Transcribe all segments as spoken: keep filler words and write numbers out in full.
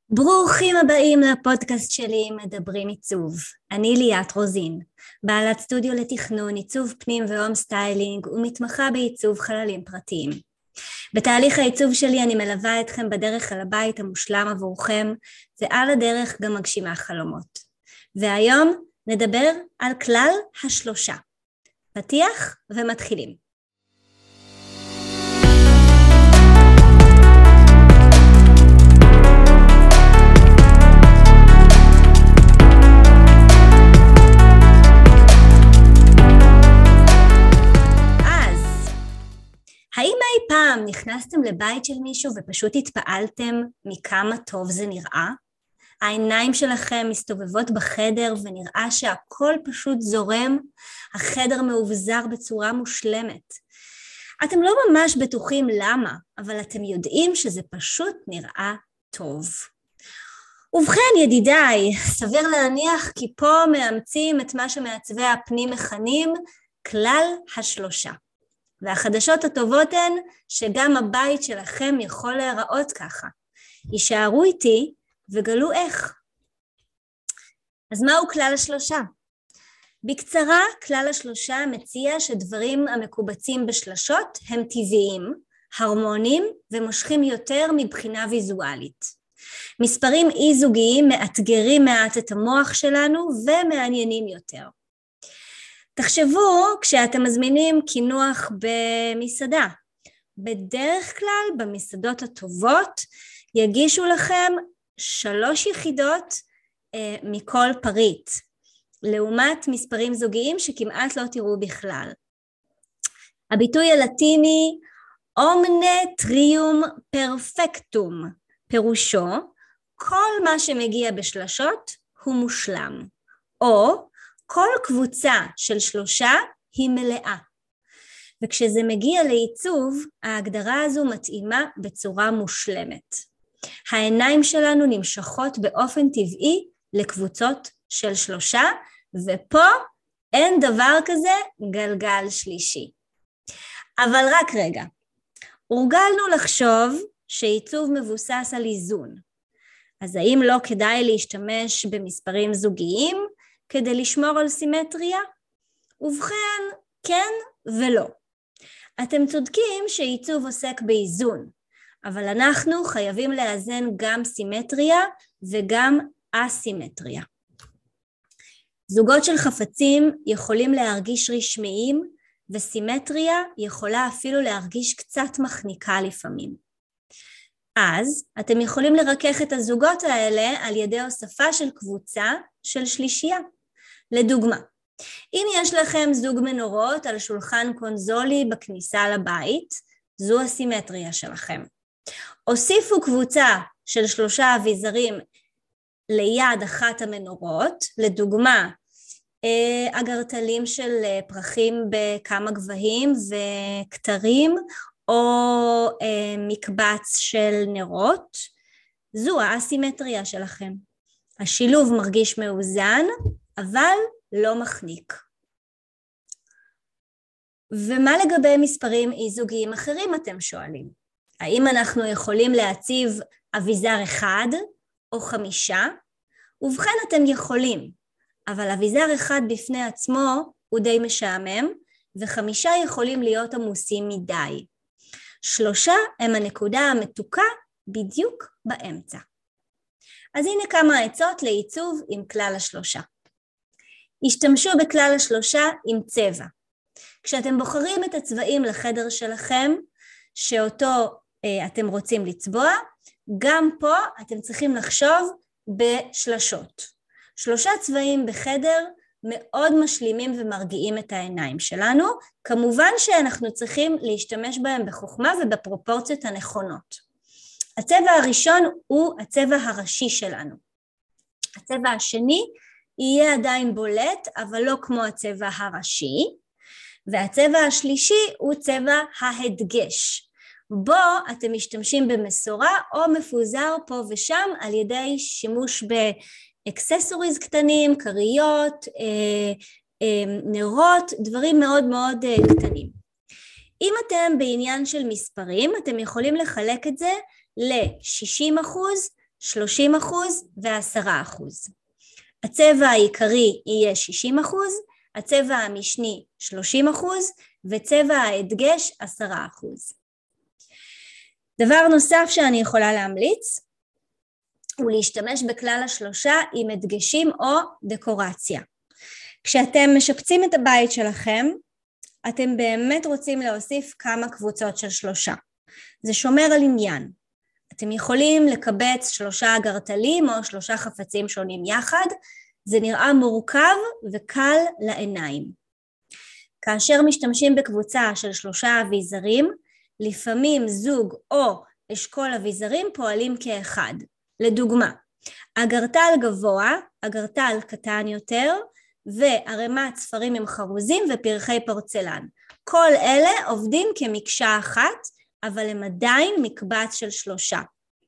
ברוכים הבאים לפודקאסט שלי מדברים עיצוב. אני ליאת רוזין, בעלת סטודיו לתכנון, עיצוב פנים והום סטיילינג ומתמחה בעיצוב חללים פרטיים. בתהליך העיצוב שלי אני מלווה אתכם בדרך אל הבית המושלם עבורכם, ועל הדרך גם מגשימה חלומות. והיום נדבר על כלל השלושה. פתיח ומתחילים. האם אי פעם נכנסתם לבית של מישהו ופשוט התפעלתם מכמה טוב זה נראה? העיניים שלכם מסתובבות בחדר ונראה שהכל פשוט זורם, החדר מאובזר בצורה מושלמת. אתם לא ממש בטוחים למה, אבל אתם יודעים שזה פשוט נראה טוב. ובכן ידידיי, סביר להניח כי פה מאמצים את מה שמעצבי הפנים מכנים כלל השלושה. והחדשות הטובות הן שגם הבית שלכם יכול להיראות ככה. יישארו איתי וגלו איך. אז מהו כלל השלושה? בקצרה, כלל השלושה מציע שדברים המקובצים בשלשות הם טבעיים, הרמוניים ומושכים יותר מבחינה ויזואלית. מספרים אי-זוגיים מאתגרים מעט את המוח שלנו ומעניינים יותר. תחשבו כשאתם מזמינים קינוח במסעדה. בדרך כלל במסעדות הטובות יגישו לכם שלוש יחידות אה, מכל פריט, לעומת מספרים זוגיים שכמעט לא תראו בכלל. הביטוי הלטיני אומנה טריום פרפקטום, פירושו כל מה שמגיע בשלשות הוא מושלם, או כל קבוצה של שלושה היא מלאה. וכשזה מגיע לעיצוב, ההגדרה הזו מתאימה בצורה מושלמת. העיניים שלנו נמשכות באופן טבעי לקבוצות של שלושה, ופה אין דבר כזה גלגל שלישי. אבל רק רגע, הורגלנו לחשוב שעיצוב מבוסס על איזון. אז האם לא כדאי להשתמש במספרים זוגיים כדי לשמור על סימטריה? ובכן, כן ולא. אתם צודקים שעיצוב עוסק באיזון, אבל אנחנו חייבים לאזן גם סימטריה וגם אסימטריה. זוגות של חפצים יכולים להרגיש רשמיים, וסימטריה יכולה אפילו להרגיש קצת מחניקה לפעמים. אז אתם יכולים לרכך את הזוגות האלה על ידי הוספה של קבוצה של שלישייה. לדוגמה, אם יש לכם זוג מנורות על שולחן קונסולי בכניסה לבית, זו הסימטריה שלכם. הוסיפו קבוצה של שלושה אביזרים ליד אחת המנורות, לדוגמה, אגרטלים של פרחים בכמה גבהים וכתרים, או מקבץ של נרות, זו האסימטריה שלכם. השילוב מרגיש מאוזן, אבל לא מחניק. ומה לגבי מספרים אי-זוגיים אחרים אתם שואלים? האם אנחנו יכולים להציב אביזר אחד או חמישה? ובכן אתם יכולים, אבל אביזר אחד בפני עצמו הוא די משעמם, וחמישה יכולים להיות עמוסים מדי. שלושה הם הנקודה המתוקה בדיוק באמצע. אז הנה כמה עצות לעיצוב עם כלל השלושה. השתמשו בכלל השלושה עם צבע. כשאתם בוחרים את הצבעים לחדר שלכם, שאותו אה, אתם רוצים לצבוע, גם פה אתם צריכים לחשוב בשלשות. שלושה צבעים בחדר מאוד משלימים ומרגיעים את העיניים שלנו, כמובן שאנחנו צריכים להשתמש בהם בחוכמה ובפרופורציות הנכונות. הצבע הראשון הוא הצבע הראשי שלנו. הצבע השני יהיה עדיין בולט, אבל לא כמו הצבע הראשי, והצבע השלישי הוא צבע ההדגש. בו אתם משתמשים במסורה או מפוזר פה ושם על ידי שימוש באקססוריז קטנים, קריות, אה, אה, נרות, דברים מאוד מאוד אה, קטנים. אם אתם בעניין של מספרים, אתם יכולים לחלק את זה ל-שישים אחוז שלושים אחוז ו-עשרה אחוז. הצבע העיקרי יהיה שישים אחוז, הצבע המשני שלושים אחוז, וצבע ההדגש עשרה אחוז. דבר נוסף שאני יכולה להמליץ, הוא להשתמש בכלל השלושה עם הדגשים או דקורציה. כשאתם משפצים את הבית שלכם, אתם באמת רוצים להוסיף כמה קבוצות של שלושה. זה שומר על עניין. אתם יכולים לקבץ שלושה אגרטלים או שלושה חפצים שונים יחד, זה נראה מורכב וקל לעיניים. כאשר משתמשים בקבוצה של שלושה אביזרים, לפעמים זוג או אשכול אביזרים פועלים כאחד. לדוגמה, אגרטל גבוה, אגרטל קטן יותר, וערימת ספרים עם חרוזים ופרחי פורצלן. כל אלה עובדים כמקשה אחת, אבל הם עדיין מקבץ של שלושה.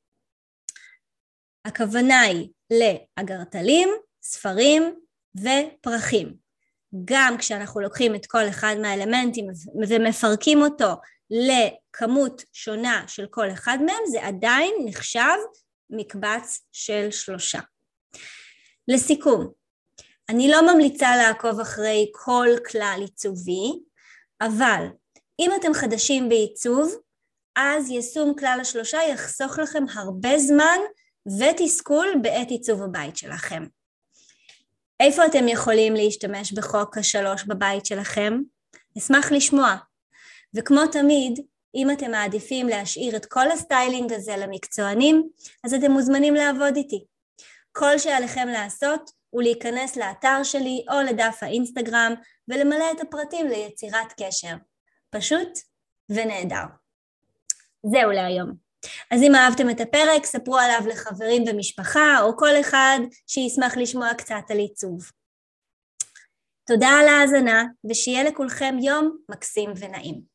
הכוונה היא לאגרטלים, ספרים ופרחים. גם כשאנחנו לוקחים את כל אחד מהאלמנטים ומפרקים אותו לכמות שונה של כל אחד מהם, זה עדיין נחשב מקבץ של שלושה. לסיכום, אני לא ממליצה לעקוב אחרי כל כלל עיצובי, אבל אם אתם חדשים בעיצוב, אז יישום כלל השלושה יחסוך לכם הרבה זמן ותסכול בעת עיצוב הבית שלכם. איפה אתם יכולים להשתמש בחוק השלוש בבית שלכם? אשמח לשמוע. וכמו תמיד, אם אתם מעדיפים להשאיר את כל הסטיילינג הזה למקצוענים, אז אתם מוזמנים לעבוד איתי. כל שעליכם לעשות הוא להיכנס לאתר שלי או לדף האינסטגרם ולמלא את הפרטים ליצירת קשר. פשוט ונהדר. זהו להיום. אז אם אהבתם את הפרק, ספרו עליו לחברים ומשפחה או כל אחד שישמח לשמוע קצת על עיצוב. תודה על ההאזנה ושיהיה לכולכם יום מקסים ונעים.